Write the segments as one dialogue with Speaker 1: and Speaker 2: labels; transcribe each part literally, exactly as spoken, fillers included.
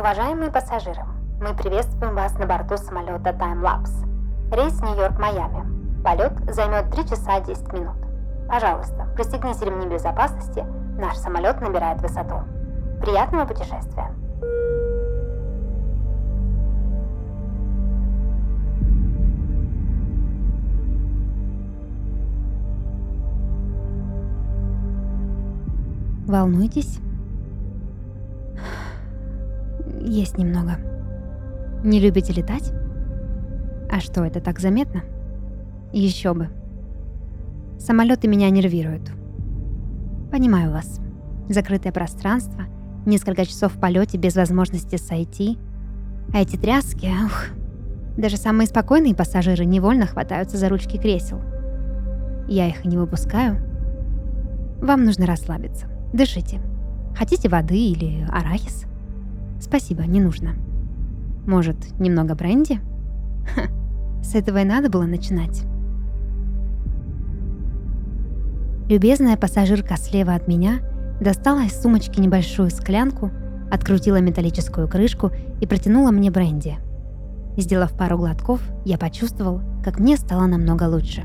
Speaker 1: Уважаемые пассажиры, мы приветствуем вас на борту самолета Timelapse. Рейс Нью-Йорк-Майами. Полет займет три часа десять минут. Пожалуйста, пристегните ремни безопасности, наш самолет набирает высоту. Приятного путешествия!
Speaker 2: Волнуетесь? Есть немного. Не любите летать? А что, это так заметно? Еще бы. Самолеты меня нервируют. Понимаю вас. Закрытое пространство, несколько часов в полете без возможности сойти. А эти тряски, ух. Даже самые спокойные пассажиры невольно хватаются за ручки кресел. Я их и не выпускаю. Вам нужно расслабиться. Дышите. Хотите воды или арахис? Спасибо, не нужно. Может, немного бренди? Ха, с этого и надо было начинать. Любезная пассажирка слева от меня достала из сумочки небольшую склянку, открутила металлическую крышку и протянула мне бренди. Сделав пару глотков, я почувствовал, как мне стало намного лучше.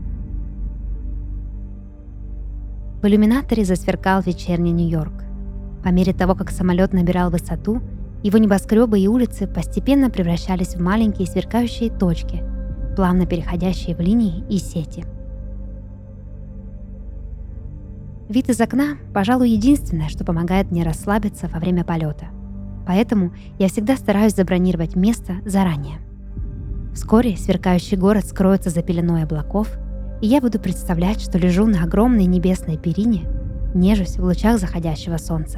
Speaker 2: В иллюминаторе засверкал вечерний Нью-Йорк. По мере того, как самолет набирал высоту, его небоскребы и улицы постепенно превращались в маленькие сверкающие точки, плавно переходящие в линии и сети. Вид из окна, пожалуй, единственное, что помогает мне расслабиться во время полета. Поэтому я всегда стараюсь забронировать место заранее. Вскоре сверкающий город скроется за пеленой облаков, и я буду представлять, что лежу на огромной небесной перине, нежусь в лучах заходящего солнца.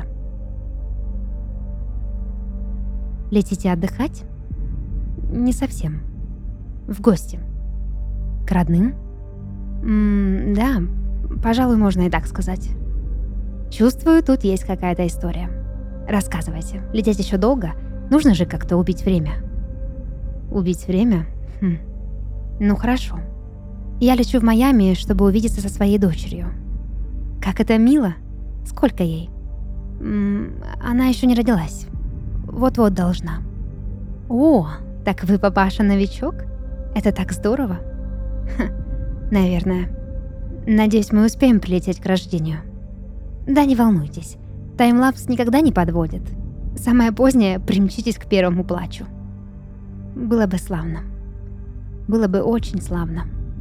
Speaker 2: Летите отдыхать? Не совсем. В гости. К родным? М-м, да, пожалуй, можно и так сказать. Чувствую, тут есть какая-то история. Рассказывайте. Лететь еще долго? Нужно же как-то убить время. Убить время? Хм. Ну хорошо. Я лечу в Майами, чтобы увидеться со своей дочерью. Как это мило. Сколько ей? М-м, она еще не родилась. Вот-вот должна. О, так вы, папаша-новичок? Это так здорово. Ха, наверное. Надеюсь, мы успеем прилететь к рождению. Да не волнуйтесь, Timelapse никогда не подводит. Самое позднее примчитесь к первому плачу. Было бы славно. Было бы очень славно.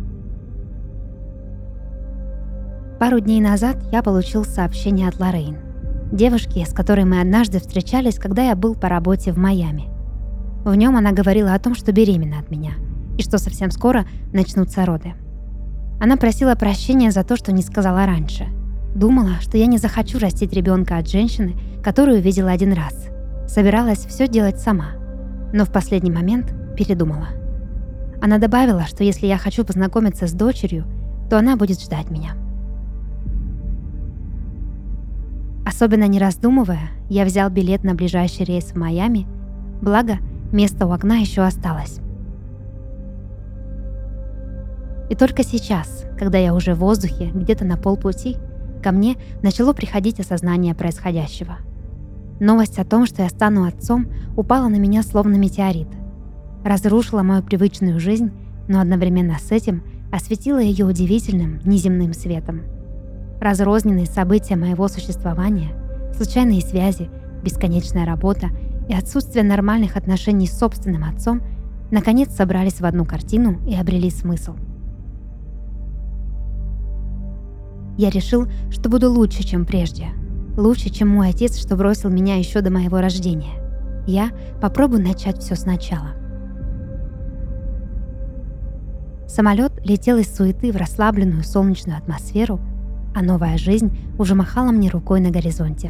Speaker 2: Пару дней назад я получил сообщение от Лоррейн, девушки, с которой мы однажды встречались, когда я был по работе в Майами. В нем она говорила о том, что беременна от меня, и что совсем скоро начнутся роды. Она просила прощения за то, что не сказала раньше. Думала, что я не захочу растить ребенка от женщины, которую видела один раз. Собиралась все делать сама, но в последний момент передумала. Она добавила, что если я хочу познакомиться с дочерью, то она будет ждать меня. Особенно не раздумывая, я взял билет на ближайший рейс в Майами, благо место у окна еще осталось. И только сейчас, когда я уже в воздухе, где-то на полпути, ко мне начало приходить осознание происходящего. Новость о том, что я стану отцом, упала на меня словно метеорит. Разрушила мою привычную жизнь, но одновременно с этим осветила ее удивительным неземным светом. Разрозненные события моего существования, случайные связи, бесконечная работа и отсутствие нормальных отношений с собственным отцом наконец собрались в одну картину и обрели смысл. Я решил, что буду лучше, чем прежде. Лучше, чем мой отец, что бросил меня еще до моего рождения. Я попробую начать все сначала. Самолет летел из суеты в расслабленную солнечную атмосферу, а новая жизнь уже махала мне рукой на горизонте.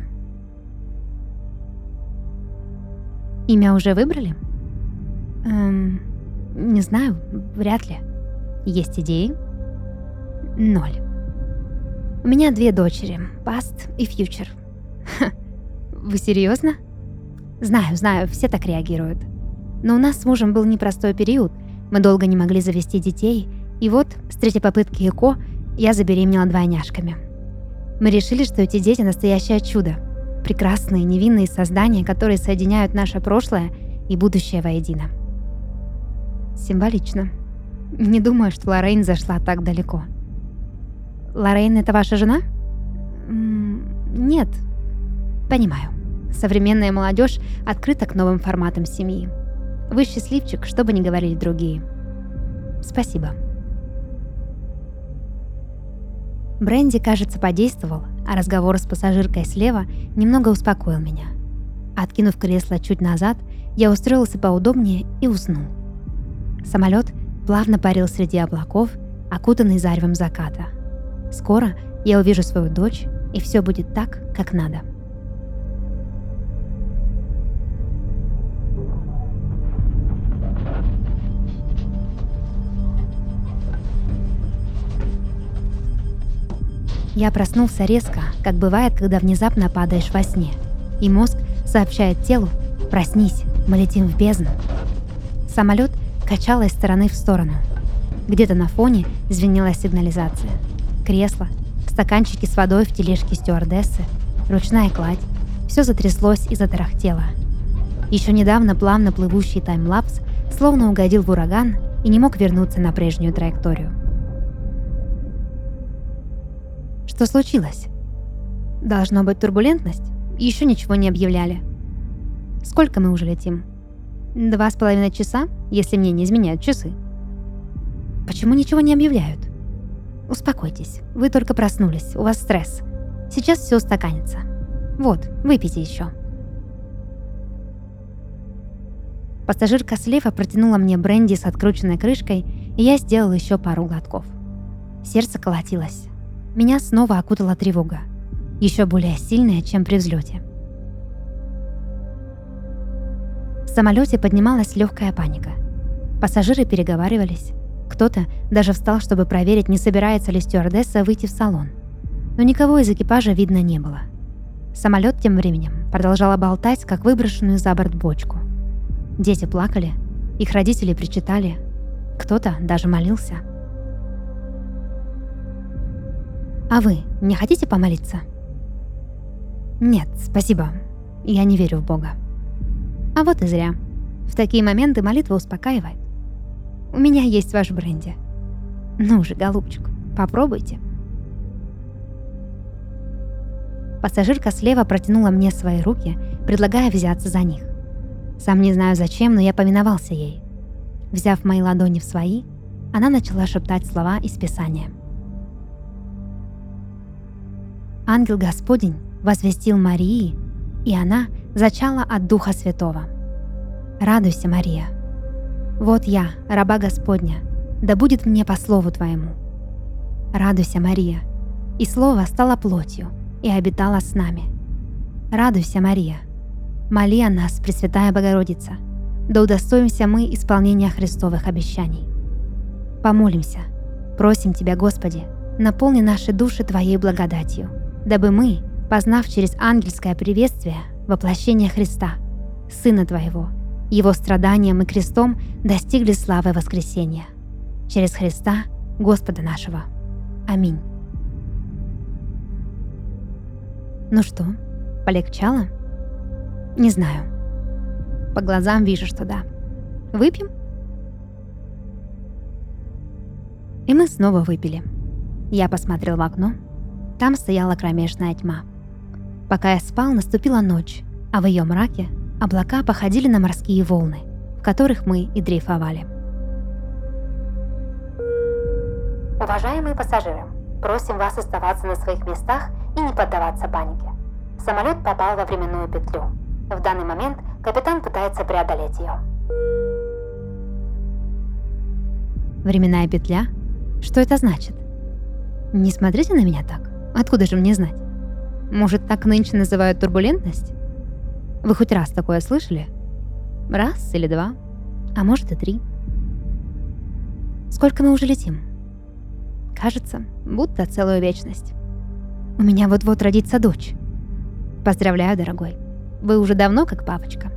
Speaker 2: Имя уже выбрали? Эм, не знаю, вряд ли. Есть идеи? Ноль. У меня две дочери, Past и Future. Ха, вы серьезно? Знаю, знаю, все так реагируют. Но у нас с мужем был непростой период, мы долго не могли завести детей, и вот с третьей попытки ЭКО я забеременела двойняшками. Мы решили, что эти дети настоящее чудо. прекрасные невинные создания, которые соединяют наше прошлое и будущее воедино. Символично. Не думаю, что Лоррейн зашла так далеко. Лоррейн — это ваша жена? М, Нет. Понимаю. Современная молодежь открыта к новым форматам семьи. Вы счастливчик, что бы ни говорили другие. Спасибо. Бренди, кажется, подействовал, а разговор с пассажиркой слева немного успокоил меня. Откинув кресло чуть назад, я устроился поудобнее и уснул. Самолет плавно парил среди облаков, окутанный заревом заката. Скоро я увижу свою дочь, и все будет так, как надо. Я проснулся резко, как бывает, когда внезапно падаешь во сне, и мозг сообщает телу: «Проснись, мы летим в бездну». Самолет качало из стороны в сторону. Где-то на фоне звенела сигнализация. Кресло, стаканчики с водой в тележке стюардессы, ручная кладь — все затряслось и затарахтело. Еще недавно плавно плывущий таймлапс словно угодил в ураган и не мог вернуться на прежнюю траекторию. Что случилось? Должно быть турбулентность? Еще ничего не объявляли. Сколько мы уже летим? Два с половиной часа, если мне не изменяют часы. Почему ничего не объявляют? Успокойтесь, вы только проснулись, у вас стресс. Сейчас все устаканится. Вот, выпейте еще. Пассажирка слева протянула мне бренди с открученной крышкой, и я сделал еще пару глотков. Сердце колотилось. Меня снова окутала тревога, еще более сильная, чем при взлете. В самолете поднималась легкая паника. Пассажиры переговаривались. Кто-то даже встал, чтобы проверить, не собирается ли стюардесса выйти в салон. Но никого из экипажа видно не было. Самолет тем временем продолжал болтать, как выброшенную за борт бочку. Дети плакали, их родители причитали, кто-то даже молился. «А вы не хотите помолиться?» «Нет, спасибо. Я не верю в Бога». «А вот и зря. В такие моменты молитва успокаивает. У меня есть ваш бренди. Ну же, голубчик, попробуйте». Пассажирка слева протянула мне свои руки, предлагая взяться за них. Сам не знаю зачем, но я повиновался ей. Взяв мои ладони в свои, она начала шептать слова из Писания. «Ангел Господень возвестил Марии, и она зачала от Духа Святого. Радуйся, Мария. Вот я, раба Господня, да будет мне по слову Твоему. Радуйся, Мария, и Слово стало плотью и обитало с нами. Радуйся, Мария. Моли о нас, Пресвятая Богородица, да удостоимся мы исполнения Христовых обещаний. Помолимся, просим Тебя, Господи, наполни наши души Твоей благодатью, дабы мы, познав через ангельское приветствие воплощение Христа, Сына Твоего, Его страданием и крестом достигли славы воскресения. Через Христа, Господа нашего. Аминь». Ну что, полегчало? Не знаю. По глазам вижу, что да. Выпьем? И мы снова выпили. Я посмотрел в окно. Там стояла кромешная тьма. Пока я спал, наступила ночь, а в ее мраке облака походили на морские волны, в которых мы и дрейфовали.
Speaker 1: Уважаемые пассажиры, просим вас оставаться на своих местах и не поддаваться панике. Самолет попал во временную петлю. В данный момент капитан пытается преодолеть ее.
Speaker 2: Временная петля? Что это значит? Не смотрите на меня так. Откуда же мне знать? Может, так нынче называют турбулентность? Вы хоть раз такое слышали? Раз или два, а может и три. Сколько мы уже летим? Кажется, будто целую вечность. У меня вот-вот родится дочь. Поздравляю, дорогой. Вы уже давно как папочка.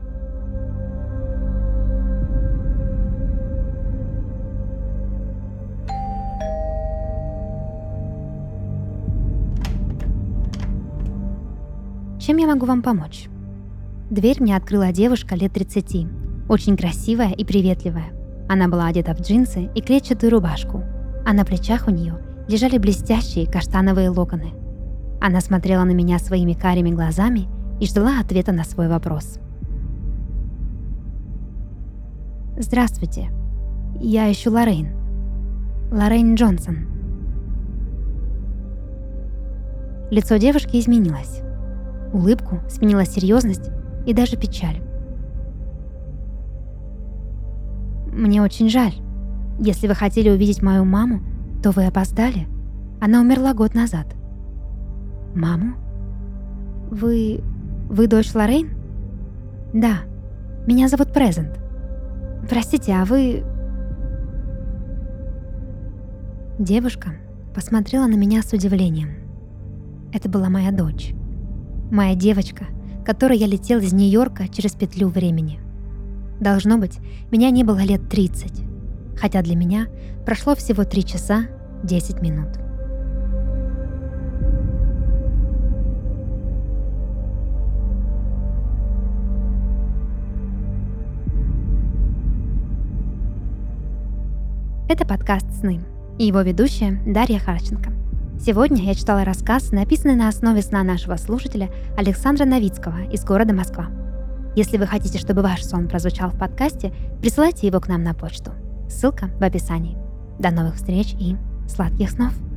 Speaker 2: Чем я могу вам помочь?» Дверь мне открыла девушка лет тридцати, очень красивая и приветливая. Она была одета в джинсы и клетчатую рубашку, а на плечах у нее лежали блестящие каштановые локоны. Она смотрела на меня своими карими глазами и ждала ответа на свой вопрос. «Здравствуйте. Я ищу Лоррейн. Лоррейн Джонсон». Лицо девушки изменилось. Улыбку сменила серьезность и даже печаль. «Мне очень жаль. Если вы хотели увидеть мою маму, то вы опоздали. Она умерла год назад». «Маму? Вы... вы дочь Лоррейн?» «Да. Меня зовут Презент. Простите, а вы...» Девушка посмотрела на меня с удивлением. Это была моя дочь. Моя девочка, которой я летел из Нью-Йорка через петлю времени. Должно быть, меня не было лет тридцать, хотя для меня прошло всего три часа десять минут. Это подкаст «Сны» и его ведущая Дарья Харченко. Сегодня я читала рассказ, написанный на основе сна нашего слушателя Александра Новицкого из города Москва. Если вы хотите, чтобы ваш сон прозвучал в подкасте, присылайте его к нам на почту. Ссылка в описании. До новых встреч и сладких снов!